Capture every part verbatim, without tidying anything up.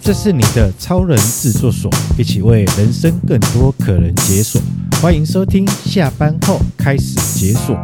这是你的超人制作所，一起为人生更多可能解锁。欢迎收听，下班后开始解锁。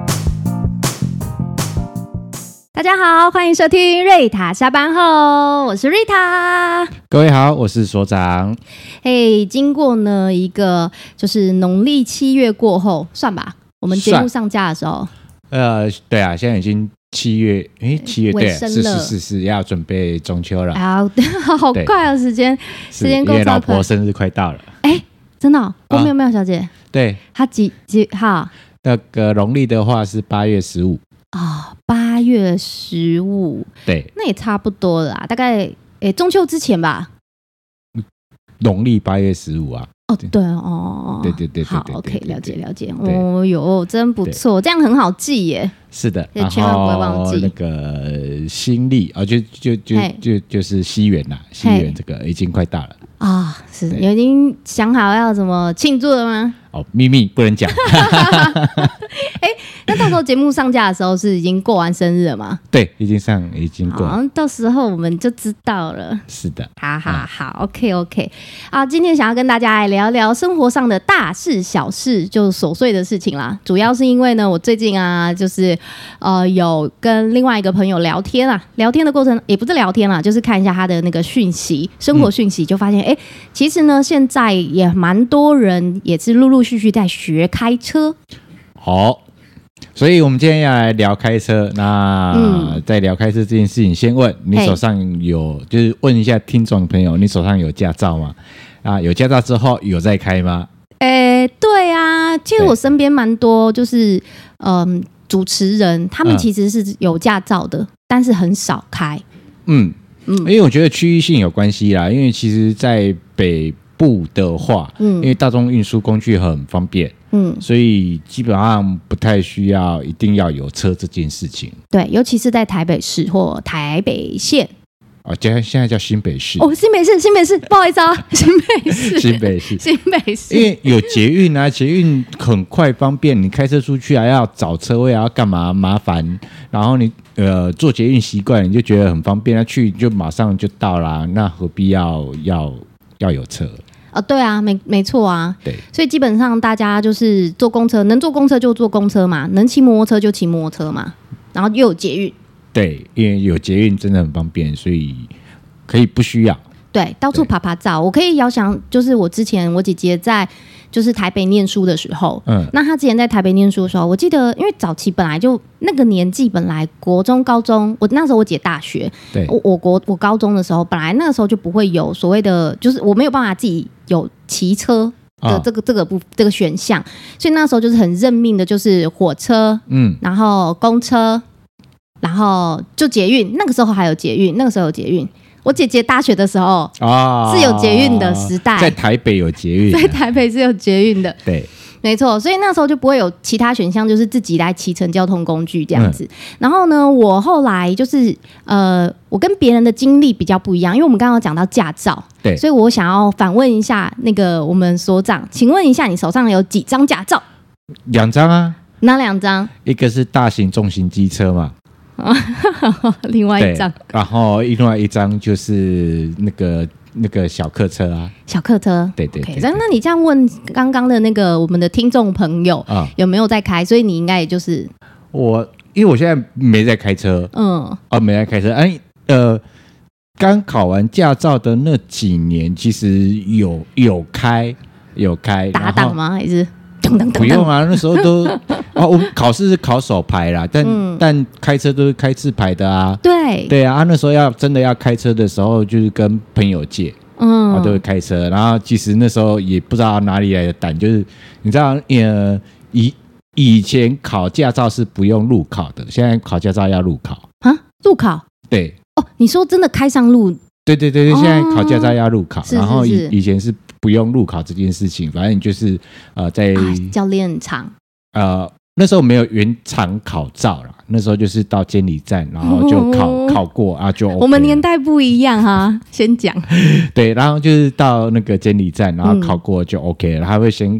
大家好，欢迎收听瑞塔下班后，我是瑞塔。 各位好，我是所长。 嘿、hey, 经过呢一个就是农历七月过后，算吧，我们节目上架的时候， 呃，对啊，现在已经七月，诶，七月对，是是是是，要准备中秋了。 啊，好快啊，时间时间过超快。 因为老婆生日快到了。 哎，真的、哦？公庙庙小姐？啊、 对， 她几几号？ 那个农历的话是八月十五。 哦，八月十五， 对， 那也差不多了啦，大概诶中秋之前吧。 农历八月十五啊。 哦，对哦， 对对对对， 好 ，OK， 了解了解。哦哟，真不错，这样很好记耶。 是的， 千万不会忘记。 那个新历啊，就就就就就是西元啦，西元这个已经快到了啊。是，有已经想好要怎么庆祝了吗？ 哦，秘密不能讲。 哎，那到时候节目上架的时候是已经过完生日了吗？ 对，已经上，已经过了。 到时候我们就知道了。 是的， 好好好、嗯、，OK OK。啊，今天想要跟大家来聊聊生活上的大事小事，就琐碎的事情啦。主要是因为呢，我最近啊，就是呃有跟另外一个朋友聊天啊，聊天的过程也不是聊天啦，就是看一下他的那个讯息，生活讯息，就发现哎、嗯，其实呢，现在也蛮多人也是陆陆续续在学开车。 好，所以我们今天要来聊开车。那、嗯、在聊开车这件事情，先问你手上有，就是问一下听众朋友，你手上有驾照吗？啊，有驾照之后有在开吗？ 诶，对啊，其实我身边蛮多，就是嗯，主持人他们其实是有驾照的，嗯、但是很少开。嗯嗯， 因为我觉得区域性有关系啦，因为其实在北部的话，嗯，因为大众运输工具很方便。嗯，所以基本上不太需要一定要有车这件事情。对， 尤其是在台北市或台北县。 哦，现在叫新北市。 哦，新北市，新北市，不好意思啊，新北市， 新北市， 新北市。 因为有捷运啊，捷运很快方便，你开车出去还要找车位，要干嘛麻烦。然后你呃坐捷运习惯，你就觉得很方便，那去就马上就到啦，那何必要要要有车？ 哦，对啊，没没错啊， 对， 所以基本上大家就是坐公车，能坐公车就坐公车嘛，能骑摩托车就骑摩托车嘛，然后又有捷运， 对，因为有捷运真的很方便，所以可以不需要， 对，到处爬爬照。我可以遥想，就是我之前我姐姐在就是台北念书的时候，嗯，那她之前在台北念书的时候，我记得因为早期本来就那个年纪，本来国中、高中，我那时候我姐大学， 对， 我我国我高中的时候，本来那个时候就不会有所谓的，就是我没有办法自己有骑车的这个、哦、这个部这个选项，所以那时候就是很认命的，就是火车，嗯，然后公车，然后就捷运，那个时候还有捷运，那个时候有捷运。我姐姐大学的时候、哦、是有捷运的时代， 在台北有捷运、啊， 在台北是有捷运的， 对， 没错，所以那时候就不会有其他选项，就是自己来骑乘交通工具这样子。嗯、然后呢，我后来就是呃，我跟别人的经历比较不一样，因为我们刚刚讲到驾照， 对， 所以我想要反问一下那个我们所长，请问一下，你手上有几张驾照？ 两张啊， 哪两张？ 一个是大型重型机车嘛。 另外一张， 然后另外一张就是那个那个小客车啊， 小客车， 对对对。 Okay, 那你这样问刚刚的那个我们的听众朋友、嗯、有没有在开？所以你应该也就是我，因为我现在没在开车，嗯，哦，没在开车，哎，呃，刚考完驾照的那几年，其实有有开有开打档吗？还是？ 不用啊，那时候都啊，我考试是考手牌啦，但、嗯、但开车都是开自排的啊。 对对啊，那时候要真的要开车的时候，就是跟朋友借，嗯，啊，都会开车。然后其实那时候也不知道哪里来的胆，就是你知道，呃，以以前考驾照是不用路考的，现在考驾照要路考啊，路考？ 对哦，你说真的开上路？ 对对对对，现在考驾照要路考， 哦、 然后以是是是以前是不用路考这件事情，反正你就是呃在、 啊、教练场， 呃那时候没有原厂考照啦，那时候就是到监理站，然后就考、哦、考过啊就、OK 了。 我们年代不一样哈，先讲。 对，然后就是到那个监理站，然后考过就 OK 了，他会先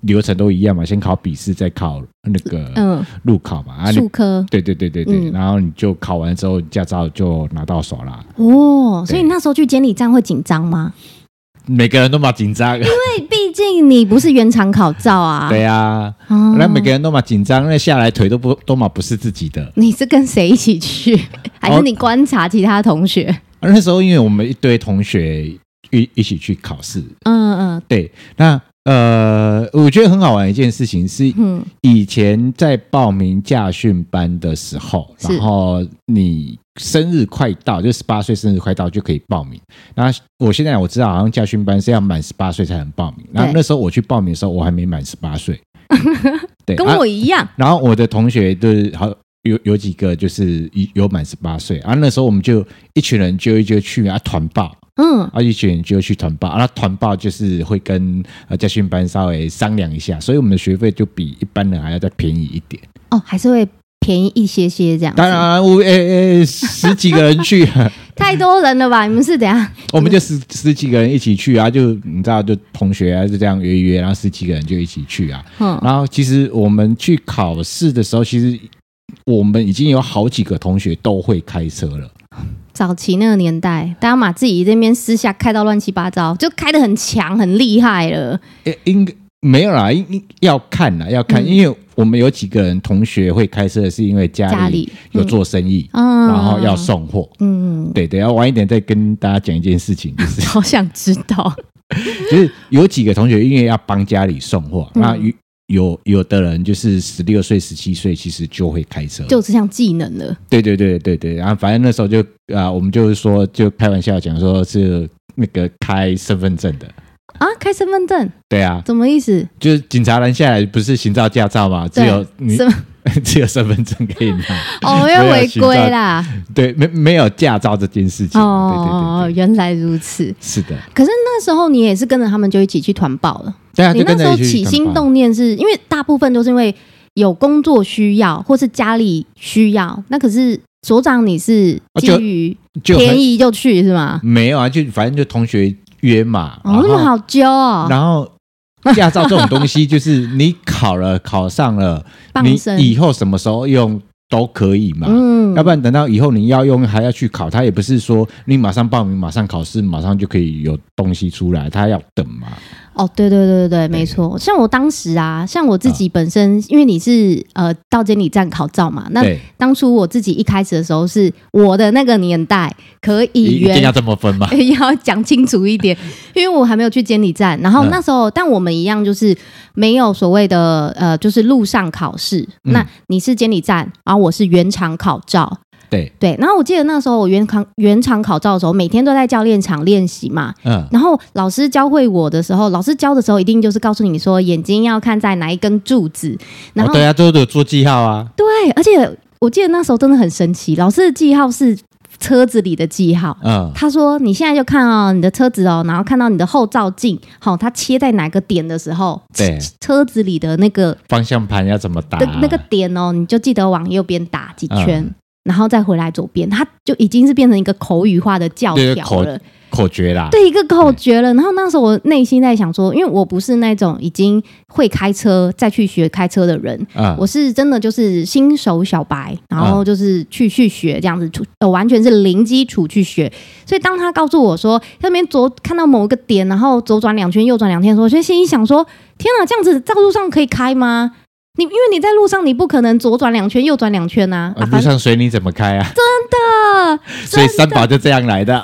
流程都一样嘛，先考笔试，再考那个路考嘛，啊， 术科， 对对对对对、嗯，然后你就考完之后，驾照就拿到手啦。 哦，所以你那时候去监理站会紧张吗？ 每个人都蛮紧张，因为毕竟你不是原厂考照啊。 对啊，哦、那每个人都蛮紧张，那下来腿都不都嘛不是自己的。 你是跟谁一起去，还是你观察其他同学？ 哦、那时候因为我们一堆同学一一起去考试，嗯嗯，对，那。呃，我觉得很好玩的一件事情是，以前在报名驾训班的时候，然后你生日快到，就十八岁生日快到就可以报名。然后我现在我知道，好像驾训班是要满十八岁才能报名。然后那时候我去报名的时候，我还没满十八岁， 对，跟我一样、啊。 然后我的同学就是好有有几个就是有满十八岁，啊，那时候我们就一群人就一就去啊团报。嗯，啊，一群人就去团报，那团报就是会跟呃驾训班稍微商量一下，所以我们的学费就比一般人还要再便宜一点。 哦，还是会便宜一些些这样子。 当然，我诶诶十几个人去， 太多人了吧？你们是怎样？ 我们就十十几个人一起去啊，就你知道，就同学啊，就这样约一约，然后十几个人就一起去啊。嗯，然后其实我们去考试的时候，其实我们已经有好几个同学都会开车了。 早期那个年代，大家把自己这边私下开到乱七八糟，就开得很强很厉害了。 应该没有啦，应要看啦，要看、嗯，因为我们有几个人同学会开车，是因为家里有做生意，嗯、然后要送货。嗯，对对，要晚一点再跟大家讲一件事情，就是好想知道， 就是有几个同学因为要帮家里送货，那、嗯。有有的人就是十六岁、十七岁，其实就会开车， 就这项技能了。 对对对对对，然后反正那时候就啊、呃，我们就是说，就开玩笑讲说是那个开身份证的啊，开身份证？ 对啊， 什么意思？ 就是警察拦下来，不是行照、驾照嘛，只有你只有身份证可以拿。 哦，要违规啦。 对，没没有驾照这件事情。哦，对对对对， 原来如此。 是的。 可是那时候你也是跟着他们就一起去团报了。 对啊， 你那时候起心动念是因为大部分都是因为有工作需要或是家里需要，那可是所长你是基于便宜就去是吗？ 没有啊，就反正就同学约嘛。 哦，那么好揪哦。 然后驾照这种东西就是你考了考上了，你以后什么时候用都可以嘛。嗯，要不然等到以后你要用还要去考，他也不是说你马上报名马上考试马上就可以有东西出来，他要等嘛。 哦，对对对对对，没错。像我当时啊，像我自己本身，哦、因为你是呃到监理站考照嘛，那当初我自己一开始的时候是我的那个年代可以原一定要这么分吗？ 要讲清楚一点，因为我还没有去监理站，然后那时候，嗯、但我们一样就是没有所谓的呃，就是路上考试。嗯、那你是监理站，然后我是原厂考照。 对对，然后我记得那时候我原厂原厂考照的时候，每天都在教练场练习嘛。嗯，然后老师教会我的时候，老师教的时候一定就是告诉你说眼睛要看在哪一根柱子。然后、 哦、对啊，都有做记号啊。 对，而且我记得那时候真的很神奇，老师的记号是车子里的记号。嗯，他说你现在就看哦，你的车子哦，然后看到你的后照镜，好、哦，它切在哪个点的时候， 对， 车子里的那个方向盘要怎么打、啊、 那个点哦，你就记得往右边打几圈。嗯，然后再回来左边，它就已经是变成一个口语化的教条了， 口诀啦。 对，一个口诀了。然后那时候我内心在想说，因为我不是那种已经会开车再去学开车的人，嗯、我是真的就是新手小白，然后就是去、嗯、去学这样子，呃，完全是零基础去学。所以当他告诉我说那边左看到某一个点，然后左转两圈，右转两圈的时候，我就心里想说：天哪，这样子在路上可以开吗？你因为你在路上，你不可能左转两圈，右转两圈啊！ 啊路上随你怎么开啊？ 真的， 所以三宝就这样来的。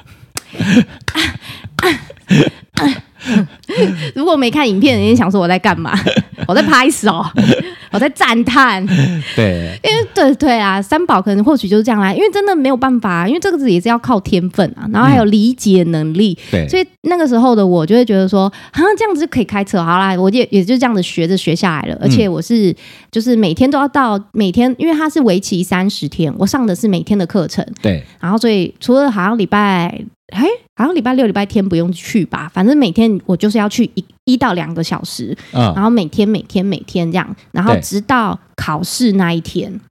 如果没看影片，你想说我在干嘛？我在拍手，我在赞叹。 对， 因为对对啊，三宝可能或许就是这样来，因为真的没有办法，因为这个字也是要靠天分啊，然后还有理解能力。嗯、对，所以那个时候的我就会觉得说，啊，这样子就可以开车，好啦，我也也就这样子学着学下来了。而且我是就是每天都要到，每天因为它是为期三十天，我上的是每天的课程。 对， 然后所以除了好像礼拜。哎，好像礼拜六、礼拜天不用去吧？反正每天我就是要去一一到两个小时，嗯、然后每天、每天、每天这样，然后直到考试那一天，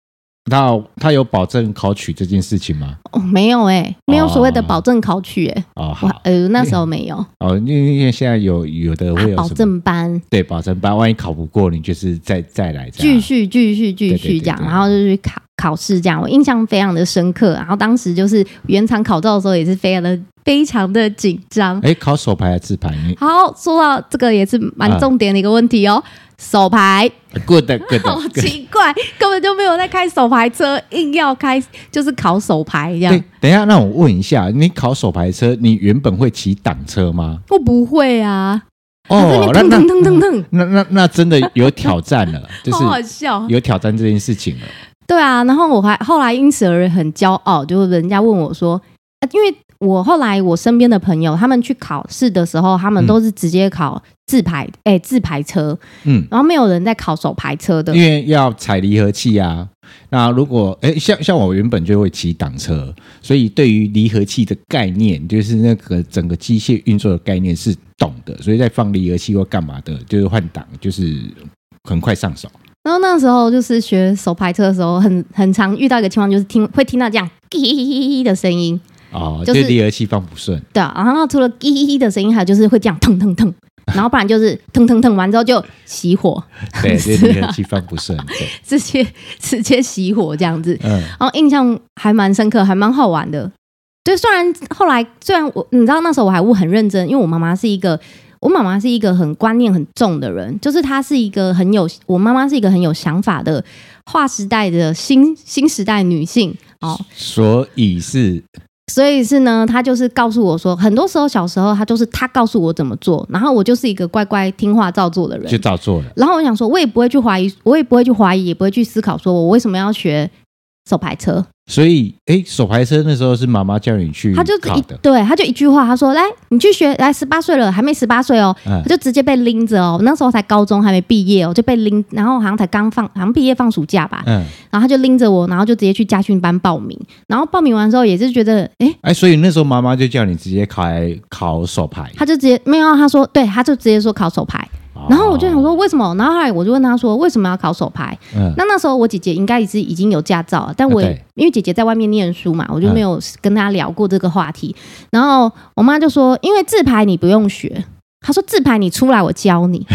他他有保证考取这件事情吗？ 哦，没有哎、欸，没有所谓的保证考取哎、欸。哦，好，呃，那时候没有。 哦，因为现在有有的会有、 啊、保证班， 对，保证班，万一考不过，你就是再再来这样， 继续继续继续这样，然后就去考考试这样，我印象非常的深刻。然后当时就是原厂考照的时候，也是非常的非常的紧张。 哎，考手牌还是自牌？ 好，说到这个也是蛮重点的一个问题哦。啊手牌 ，good good， 好奇怪，根本就没有在开手牌车，硬要开就是考手牌这样。 对，等一下，那我问一下，你考手牌车，你原本会骑挡车吗？ 我不会啊。 哦， 那那那那那那真的有挑战了，就是好好笑， 有挑战这件事情了。 对啊，然后我还后来因此而很骄傲，就是人家问我说，啊、因为我后来我身边的朋友，他们去考试的时候，他们都是直接考自排，哎、嗯欸，自排车，嗯，然后没有人在考手排车的， 因为要踩离合器啊。那如果哎、欸，像像我原本就会骑挡车，所以对于离合器的概念，就是那个整个机械运作的概念是懂的，所以在放离合器或干嘛的，就是换挡，就是很快上手。 然后那时候就是学手排车的时候，很很常遇到一个情况，就是听会听到这样滴的声音。 哦，就是离合器放不顺。 对啊，然后除了滴的声音，还有就是会这样腾腾腾，然后不然就是腾腾腾完之后就熄火。 对，就是离合器放不顺， 直接直接熄火这样子。嗯，然后印象还蛮深刻，还蛮好玩的。对，虽然后来虽然我你知道那时候我还很认真，因为我妈妈是一个我妈妈是一个很观念很重的人，就是她是一个很有我妈妈是一个很有想法的划时代的新新时代女性哦， 所以是。 所以是呢，他就是告诉我说，很多时候小时候他就是他告诉我怎么做，然后我就是一个乖乖听话照做的人， 就照做了。 然后我想说，我也不会去怀疑，我也不会去怀疑，也不会去思考，说我为什么要学手排车。 所以，哎，手排车那时候是妈妈叫你去考的， 他就一对，他就一句话，他说：“来，你去学，来，十八岁了，还没十八岁哦。嗯”他就直接被拎着哦，那时候才高中，还没毕业哦，就被拎，然后好像才刚放，好像毕业放暑假吧，嗯，然后他就拎着我，然后就直接去家训班报名，然后报名完之后也是觉得，哎哎，所以那时候妈妈就叫你直接考来考手排， 他就直接没有，他说，对，他就直接说考手排。然后我就想说为什么，然后后来我就问他说为什么要考手排、嗯、那那时候我姐姐应该是已经有驾照了，但我也、啊、因为姐姐在外面念书嘛，我就没有跟她聊过这个话题、嗯、然后我妈就说因为自排你不用学，她说自排你出来我教你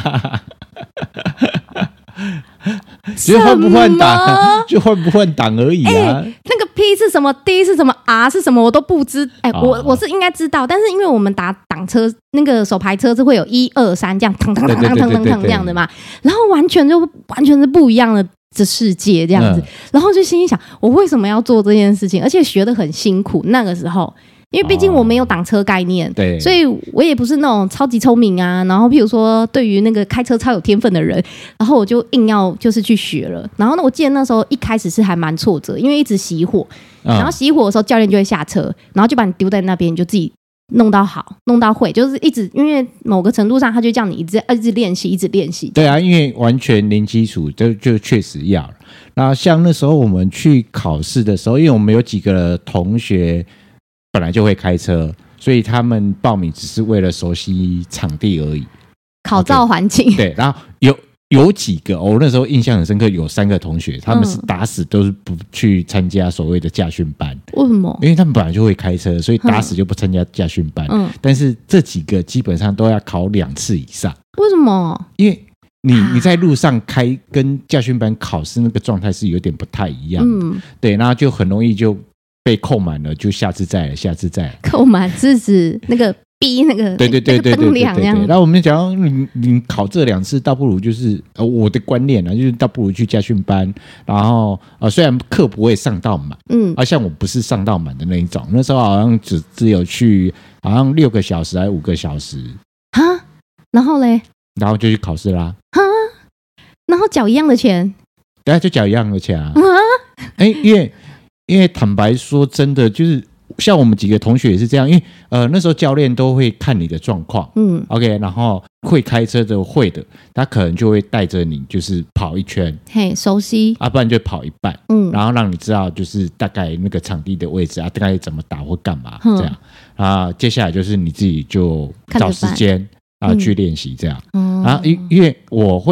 就换不换挡，就换不换挡而已啊、欸！ 那个 P 是什么 ，D 是什么 ，R 是什么，我都不知。哎、欸，我我是应该知道，但是因为我们打挡车那个手排车是会有一二三这样，腾腾腾腾腾腾腾这样的嘛，然后完全就完全是不一样的这世界这样子，嗯、然后就心里想，我为什么要做这件事情？而且学得很辛苦，那个时候。因为毕竟我没有挡车概念、哦，对，所以我也不是那种超级聪明啊。然后，譬如说，对于那个开车超有天分的人，然后我就硬要就是去学了。然后呢，我记得那时候一开始是还蛮挫折，因为一直熄火，然后熄火的时候教练就会下车，然后就把你丢在那边，你就自己弄到好，弄到会，就是一直因为某个程度上，他就叫你一直一直练习，一直练习。 对啊，因为完全零基础，就就确实要了。那像那时候我们去考试的时候，因为我们有几个同学。本来就会开车，所以他们报名只是为了熟悉场地而已， 考照环境。 对，然后有有几个，我、哦、那时候印象很深刻，有三个同学，他们是打死都是不去参加所谓的驾训班。 为什么？ 因为他们本来就会开车，所以打死就不参加驾训班。嗯，但是这几个基本上都要考两次以上。 为什么？因为你你在路上开跟驾训班考试那个状态是有点不太一样的。嗯，对，然后就很容易就。被扣满了，就下次再来，下次再来。 扣满是指那个 B 那个对对对对对对对对。 然后我们讲你你考这两次，倒不如就是呃我的观念啊，就是倒不如去驾训班。然后呃虽然课不会上到满，嗯，啊像我不是上到满的那一种，那时候好像只只有去好像六个小时还是五个小时哈，然后嘞， 然后就去考试啦哈，然后缴一样的钱， 对啊，就缴一样的钱啊，哎、欸，因为。因为坦白说，真的就是像我们几个同学也是这样，因为呃那时候教练都会看你的状况，嗯 ，OK， 然后会开车的会的，他可能就会带着你就是跑一圈， 嘿，熟悉， 啊，不然就跑一半，嗯，然后让你知道就是大概那个场地的位置啊，大概怎么打或干嘛、嗯、这样啊，接下来就是你自己就找时间啊去练习这样，嗯，然后因因为我会。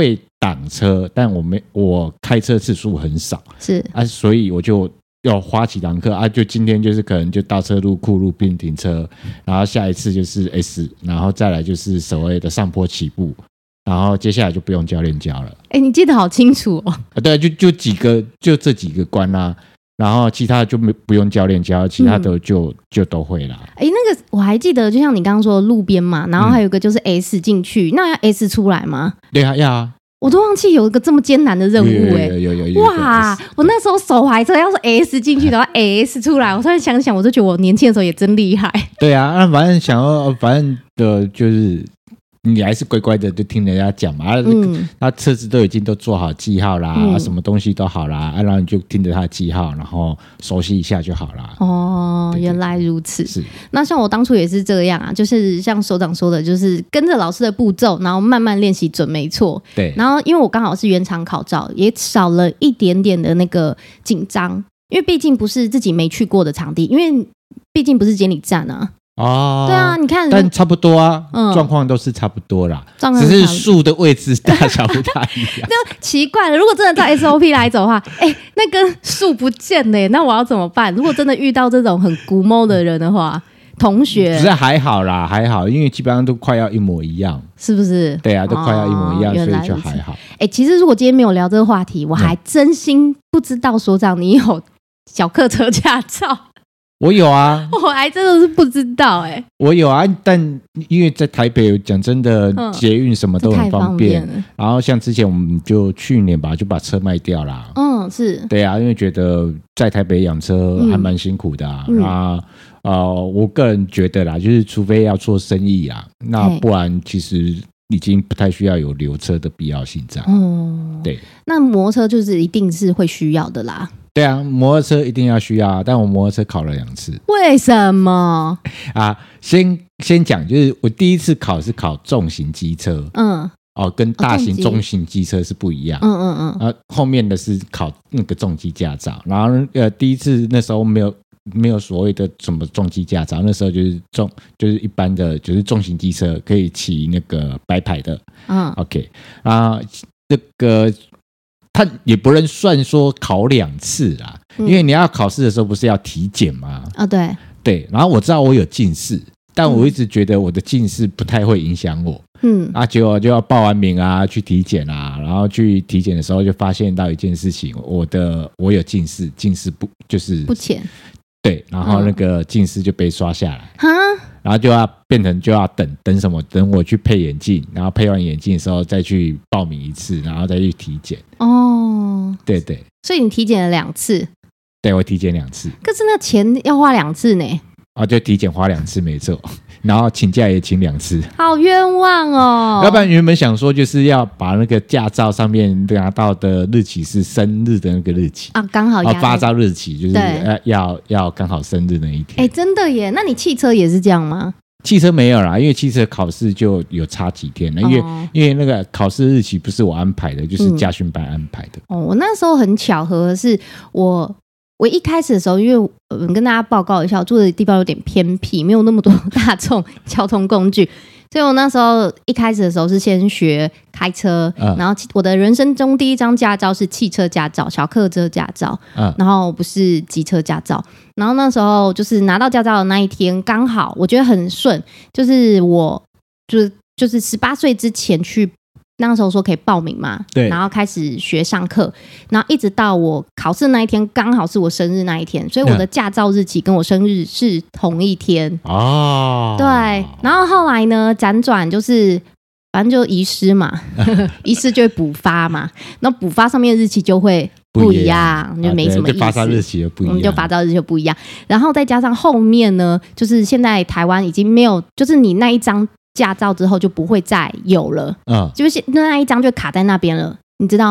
挡车，但我没我开车次数很少， 是啊，所以我就要花几堂课啊，就今天就是可能就倒车入库路边停车，然后下一次就是 S， 然后再来就是所谓的上坡起步，然后接下来就不用教练教了。 哎、欸，你记得好清楚哦。 啊，对，就就几个，就这几个关啦、啊，然后其他的就没不用教练教，其他的就、嗯、就都会啦。 哎、欸，那个我还记得，就像你刚刚说的路边嘛，然后还有一个就是 S 进去，嗯、那要 S 出来吗？ 对啊，要啊。 我都忘记有一个这么艰难的任务哎、欸！ 有有有有有哇！我那时候手怀车要是 S 进去，然后 S 出来，我突然想想，我就觉得我年轻的时候也真厉害。 对啊，那反正想要，反正的就是。你还是乖乖的就听人家讲嘛，嗯，他车子都已经都做好记号啦，嗯、什么东西都好啦，啊、然后你就听着他的记号，然后熟悉一下就好啦。 哦，对对对，原来如此。 是， 那像我当初也是这样啊，就是像首长说的，就是跟着老师的步骤，然后慢慢练习准没错。 对。 然后因为我刚好是原厂考照，也少了一点点的那个紧张，因为毕竟不是自己没去过的场地，因为毕竟不是监理站啊。 哦， 对啊，你看， 但差不多啊，状、嗯、况都是差不多啦， 只是树的位置大小不太一样。 就奇怪了，如果真的照 S O P 来走的话，哎、欸，那根树不见了，那我要怎么办？如果真的遇到这种很古摸的人的话，同学， 只是还好啦，还好，因为基本上都快要一模一样， 是不是？ 对啊，都快要一模一样，哦、所以就还好。 哎、欸，其实如果今天没有聊这个话题，我还真心不知道所长你有小客车驾照。 我有啊， 我还真的是不知道哎、欸。 我有啊，但因为在台北讲真的，捷运什么都很方便。嗯、方然后像之前我们就去年吧，就把车卖掉啦。 嗯，是。 对啊，因为觉得在台北养车还蛮辛苦的啊。嗯、那呃，我个人觉得啦，就是除非要做生意啊，那不然其实已经不太需要有留车的必要性这样。哦，对。 那摩托车就是一定是会需要的啦。 对啊，摩托车一定要需要，但我摩托车考了两次。 为什么？啊， 先先讲，就是我第一次考是考重型机车，嗯，哦，跟大型、中型机车是不一样，嗯嗯嗯，啊，后面的是考那个重机驾照，然后呃，第一次那时候没有没有所谓的什么重机驾照，那时候就是重就是一般的，就是重型机车可以骑那个白牌的，嗯 ，OK， 啊，这个。他也不能算说考两次啦，嗯、因为你要考试的时候不是要体检吗？ 啊、哦，对对。然后我知道我有近视，但我一直觉得我的近视不太会影响我。嗯，啊，结果就要报完名啊，去体检啊，然后去体检的时候就发现到一件事情，我的我有近视，近视不就是不浅。 对，然后那个近视就被刷下来，哈、 嗯， 然后就要变成就要等等什么，等我去配眼镜，然后配完眼镜的时候再去报名一次，然后再去体检。哦，对对， 所以你体检了两次？ 对，我体检两次。 可是那钱要花两次呢？ 啊，就体检花两次没错，然后请假也请两次， 好冤枉哦！ 要不然原本想说就是要把那个驾照上面拿到的日期是生日的那个日期啊，刚好啊，发照日期就是要要刚好生日那一天。 哎，真的耶！那你汽车也是这样吗？ 汽车没有啦，因为汽车考试就有差几天了，因为、哦、因为那个考试日期不是我安排的，就是驾训班安排的。 嗯、哦，我那时候很巧合的是我。我一开始的时候，因为我、呃、跟大家报告一下，我住的地方有点偏僻，没有那么多大众交通工具，所以我那时候一开始的时候是先学开车，嗯、然后我的人生中第一张驾照是汽车驾照，小客车驾照，嗯、然后不是机车驾照。然后那时候就是拿到驾照的那一天，刚好我觉得很顺，就是我就是就是十八岁之前去。那时候说可以报名嘛，对，然后开始学上课，然后一直到我考试那一天，刚好是我生日那一天，所以我的驾照日期跟我生日是同一天哦。对，然后后来呢，辗转就是反正就遗失嘛，遗失就会补发嘛，那补发上面的日期就会不一样，就没什么意思。 发照日期就不一样， 我们就发照日期就不一样。然后再加上后面呢，就是现在台湾已经没有，就是你那一张。驾照之后就不会再有了，嗯，就是那一张就卡在那边了，你知道吗？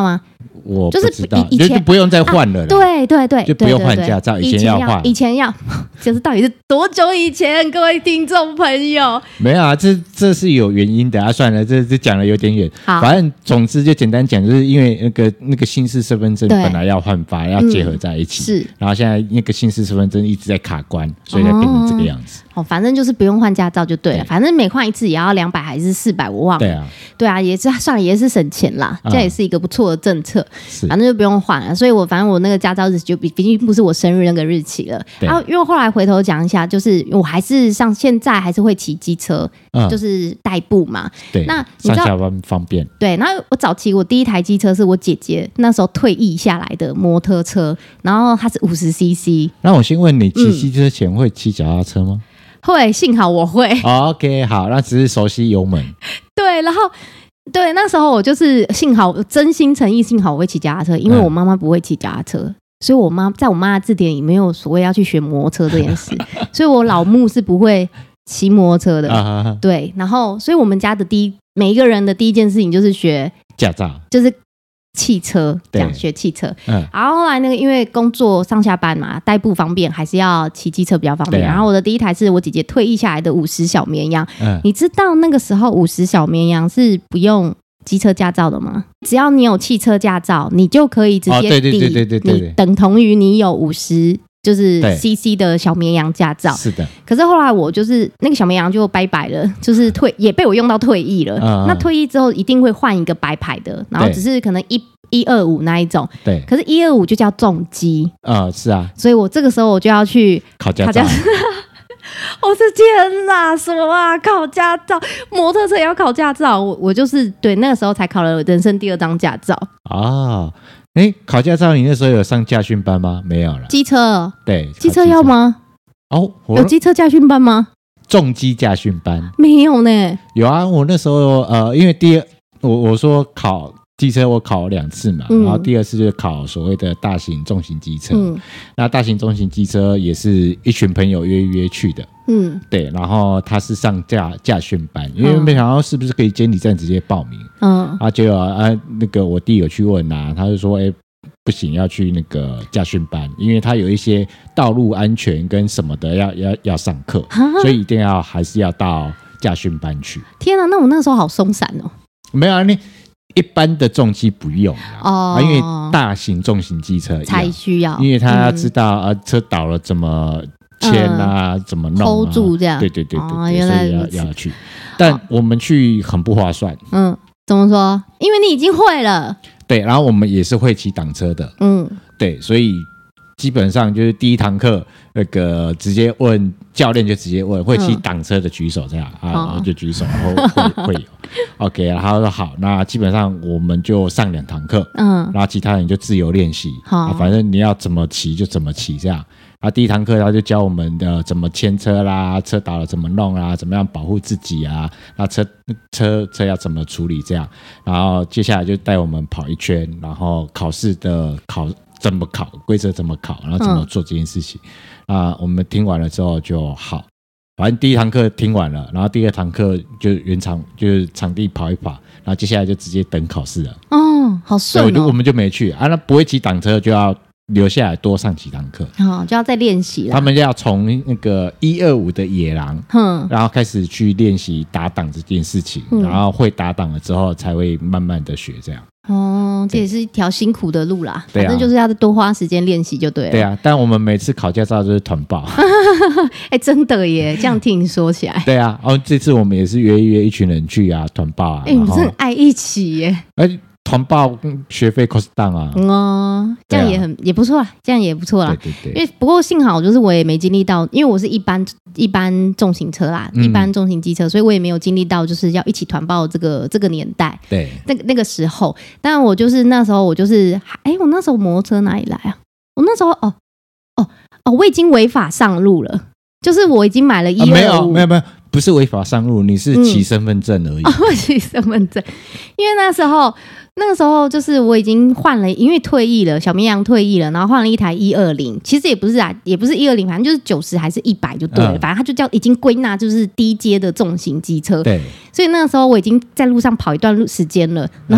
我不知道，就是就不用再换了啦、啊、 对对对， 就不用换驾照，以前要换， 以前要，就是到底是多久以前？各位听众朋友， 没有啊，这这是有原因的啊。算了，这这讲的有点远，反正总之就简单讲，就是因为那个那个新式身份证本来要换发，要结合在一起，是、嗯，然后现在那个新式身份证一直在卡关，所以才变成这个样子。 哦，反正就是不用换驾照就对了，对，反正每换一次也要两百还是四百，我忘了。 对啊，对啊，也是算了，也是省钱啦，这也是一个不错的政策。反正就不用换了，所以我反正我那个驾照日期就毕竟不是我生日那个日期了。然后因为后来回头讲一下，就是我还是像现在还是会骑机车，嗯、就是代步嘛。 对，那上下班方便。 对，然后我早期我第一台机车是我姐姐那时候退役下来的摩托车，然后它是五十 C C。 那我先问你，骑机车前会骑脚踏车吗？嗯会，幸好我会。 Oh, OK， 好，那只是熟悉油门。 对，然后对那时候我就是幸好真心诚意，幸好我会骑脚踏车，因为我妈妈不会骑脚踏车，嗯、所以我妈在我妈的字典里没有所谓要去学摩托车这件事，所以我老木是不会骑摩托车的。啊、对，然后所以我们家的第一每一个人的第一件事情就是学驾照， 就是。汽车这样学汽车、嗯，然后后来那个因为工作上下班嘛，代步方便，还是要骑机车比较方便、啊。然后我的第一台是我姐姐退役下来的五十小绵羊、嗯，你知道那个时候五十小绵羊是不用机车驾照的吗？只要你有汽车驾照，你就可以直接抵、哦、对对对对对对，你等同于你有五十。就是 C C 的小绵羊驾照，是的。可是后来我就是那个小绵羊就拜拜了，就是退也被我用到退役了。嗯、那退役之后一定会换一个白牌的，然后只是可能一一二五那一种。对。可是一二五就叫重机。啊、呃，是啊。所以我这个时候我就要去考驾照。 我是天哪，什么啊？考驾照，摩托车也要考驾照。我我就是对那个时候才考了人生第二张驾照啊。 哎，考驾照你那时候有上驾训班吗？没有了。 机车， 对， 机车要吗？哦，有机车驾训班吗？ 重机驾训班没有呢。 有啊，我那时候呃，因为第二我我说考机车我考两次嘛、嗯，然后第二次就是考所谓的大型重型机车。嗯，那大型重型机车也是一群朋友约约去的。嗯，对，然后他是上驾驾训班，因为没想到是不是可以监理站直接报名。嗯，啊，结果啊，那个我弟有去问啊，他就说，哎，不行，要去那个驾训班，因为他有一些道路安全跟什么的要要要上课，所以一定要还是要到驾训班去。 天啊，那我那时候好松散哦。 没有啊，你一般的重机不用哦、啊，因为大型重型机车才需要， 因为他要知道、嗯、啊车倒了怎么。签啊、嗯，怎么弄、啊、 hold 住这样？ 对对对对，哦、原来所以要要去，但我们去很不划算。 嗯，怎么说？因为你已经会了。 对，然后我们也是会骑挡车的。嗯，对，所以基本上就是第一堂课那个直接问教练，就直接问会骑挡车的举手这样、嗯、啊，然后就举手，然后会会有。OK， 然后他说好，那基本上我们就上两堂课，嗯，然后其他人就自由练习，好、啊，反正你要怎么骑就怎么骑这样。啊，第一堂课他就教我们的怎么牵车啦，车倒了怎么弄啦，怎么样保护自己啊，那车车车要怎么处理这样，然后接下来就带我们跑一圈，然后考试的考怎么考，规则怎么考，然后怎么做这件事情。嗯、啊，我们听完了之后就好，反正第一堂课听完了，然后第二堂课就原场就是场地跑一跑，然后接下来就直接等考试了。 哦，好顺哦。 对，我们就没去啊，那不会骑挡车就要。留下来多上几堂课、 哦、就要再练习了。 他们要从那个一二五的野狼、嗯、然后开始去练习打挡这件事情、嗯、然后会打挡了之后才会慢慢的学这样。 哦，这也是一条辛苦的路啦，反正就是要多花时间练习就对了。 对啊，但我们每次考驾照就是团报。 哎、欸，真的耶，这样听你说起来。 对啊，然后这次我们也是约一约一群人去啊，团报啊。 哎、欸，你们真的爱一起耶。 哎。团报学费 cost down 啊，嗯哦，这样也很、啊、也不错啦，这样也不错啦。对对对。因为不过幸好就是我也没经历到，因为我是一般一般重型车啦、嗯，一般重型机车，所以我也没有经历到就是要一起团报这个这个年代。对，那个那个时候，但我就是那时候我就是，哎，我那时候摩托车哪里来啊？我那时候哦哦哦，我已经违法上路了，就是我已经买了一二五、啊， 没有没有没有。不是违法上路，你是骑身份证而已。 嗯、哦，骑身份证，因为那时候，那个时候就是我已经换了，因为退役了，小绵羊退役了，然后换了一台一二零，其实也不是啊，也不是一二零，反正就是九十还是一百就对了、嗯，反正它就叫已经归纳就是低阶的重型机车。对，所以那个时候我已经在路上跑一段路时间了，然后。嗯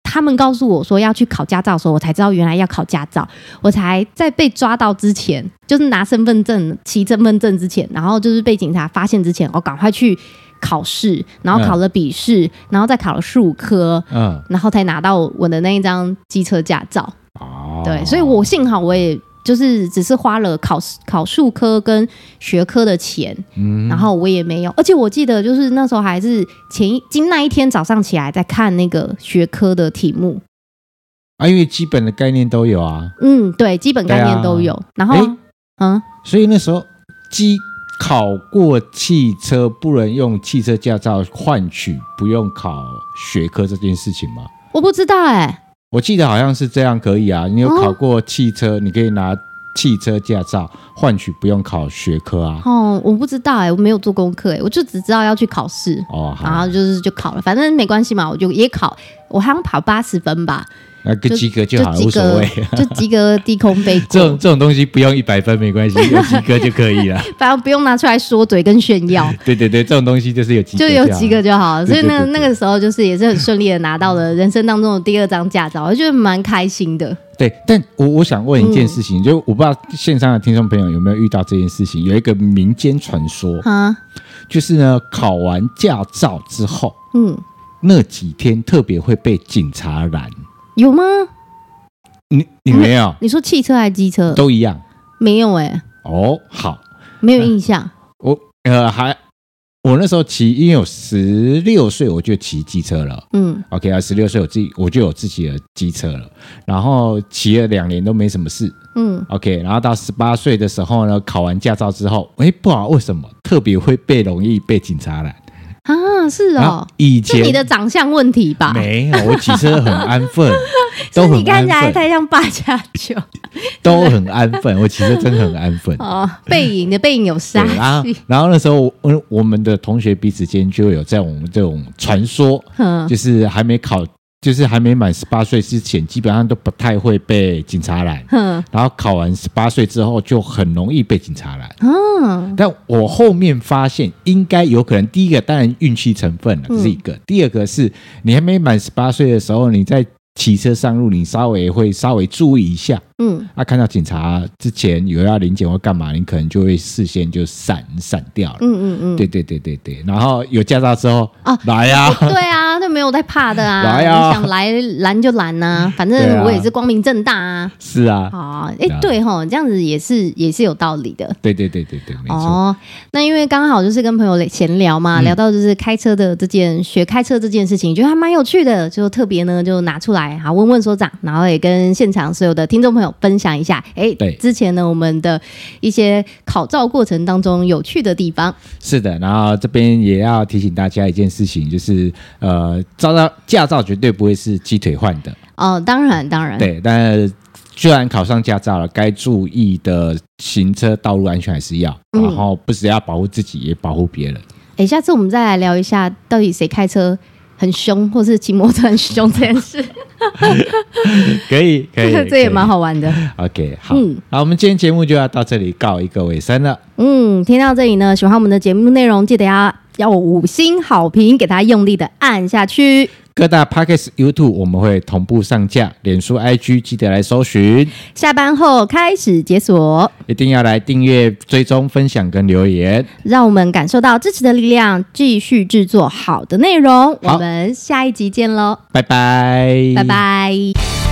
他们告诉我说要去考驾照的时候，我才知道原来要考驾照。我才在被抓到之前，就是拿身份证、骑身份证之前，然后就是被警察发现之前，我赶快去考试，然后考了笔试，嗯、然后再考了数科，嗯，然后才拿到我的那一张机车驾照。哦，对，所以我幸好我也。就是只是花了考考数科跟学科的钱，嗯，然后我也没有，而且我记得就是那时候还是前一今那一天早上起来在看那个学科的题目啊，因为基本的概念都有啊， 嗯，对，基本概念都有，啊、然后嗯， 所以那时候机考过汽车不能用汽车驾照换取不用考学科这件事情吗？ 我不知道哎、欸。 我记得好像是这样可以啊，你有考过汽车、哦、你可以拿汽车驾照换取不用考学科啊。 哦，我不知道哎、欸，我没有做功课哎、欸，我就只知道要去考试哦，然后就是就考了，反正没关系嘛，我就也考，我好像考八十分吧。 那个及格就好了，无所谓， 就及格低空飞过。 这种这种东西不用一百分没关系，有及格就可以了。 反正不用拿出来说嘴跟炫耀。 对对对，这种东西就是有及格就有及格就好了。所以那那个时候就是也是很顺利的拿到了人生当中的第二张驾照，我觉得蛮开心的。 对，但我我想问一件事情，嗯、就我不知道线上的听众朋友有没有遇到这件事情，有一个民间传说啊，就是呢考完驾照之后，嗯，那几天特别会被警察拦。 有吗？ 你你没有？ 你说汽车还是机车？ 都一样。 没有哎、欸。 哦，好， 没有印象。 我呃还我那时候骑，因为我十六岁我就骑机车了。嗯 ，OK 啊，十六岁我自己我就有自己的机车了，然后骑了两年都没什么事。嗯 ，OK， 然后到十八岁的时候呢，考完驾照之后，哎，不知道为什么特别会被容易被警察拦。 啊，是哦， 以前是你的长相问题吧？ 没有，我骑车很安分，都很安分。 你看起来太像八加九， 都很安分。我骑车真的很安分。 哦，背影的背影有杀气。 然后那时候我，我们的同学彼此间就有这种这种传说，就是还没考。就是还没满十八岁之前，基本上都不太会被警察拦。然后考完十八岁之后，就很容易被警察拦。嗯，但我后面发现，应该有可能，第一个当然运气成分了，这是一个；嗯、第二个是你还没满十八岁的时候，你在骑车上路，你稍微会稍微注意一下。嗯，啊，看到警察之前有要临检或干嘛，你可能就会视线就闪闪掉了。嗯嗯嗯，对对对对对。然后有驾照之后，啊，来呀、啊， 对啊，就没有在怕的啊， 来呀、啊， 你想来拦就拦啊，反正我也是光明正大啊。 是啊， 啊，哎，对吼，这样子也是也是有道理的。 对对对对对，没错。 哦，那因为刚好就是跟朋友闲聊嘛，嗯、聊到就是开车的这件学开车这件事情，觉得还蛮有趣的，就特别呢就拿出来好问问所长，然后也跟现场所有的听众朋友分享一下。哎，对，之前呢我们的一些考照过程当中有趣的地方。 是的，然后这边也要提醒大家一件事情，就是呃，照到驾照绝对不会是鸡腿换的哦，当然当然， 对，但虽然考上驾照了，该注意的行车道路安全还是要，嗯、然后不只要保护自己，也保护别人。 哎，下次我们再来聊一下，到底谁开车很凶，或是骑摩托车很凶这件事。 可以可以， 这也蛮好玩的。 OK， 好，嗯，好，我们今天节目就要到这里告一个尾声了。 嗯，听到这里呢，喜欢我们的节目内容，记得要要五星好评，给它用力的按下去。 各大 Podcast、YouTube 我们会同步上架，脸书、I G 记得来搜寻。 下班后开始解锁， 一定要来订阅、追踪、分享跟留言， 让我们感受到支持的力量，继续制作好的内容。我们下一集见喽， 拜拜， 拜拜。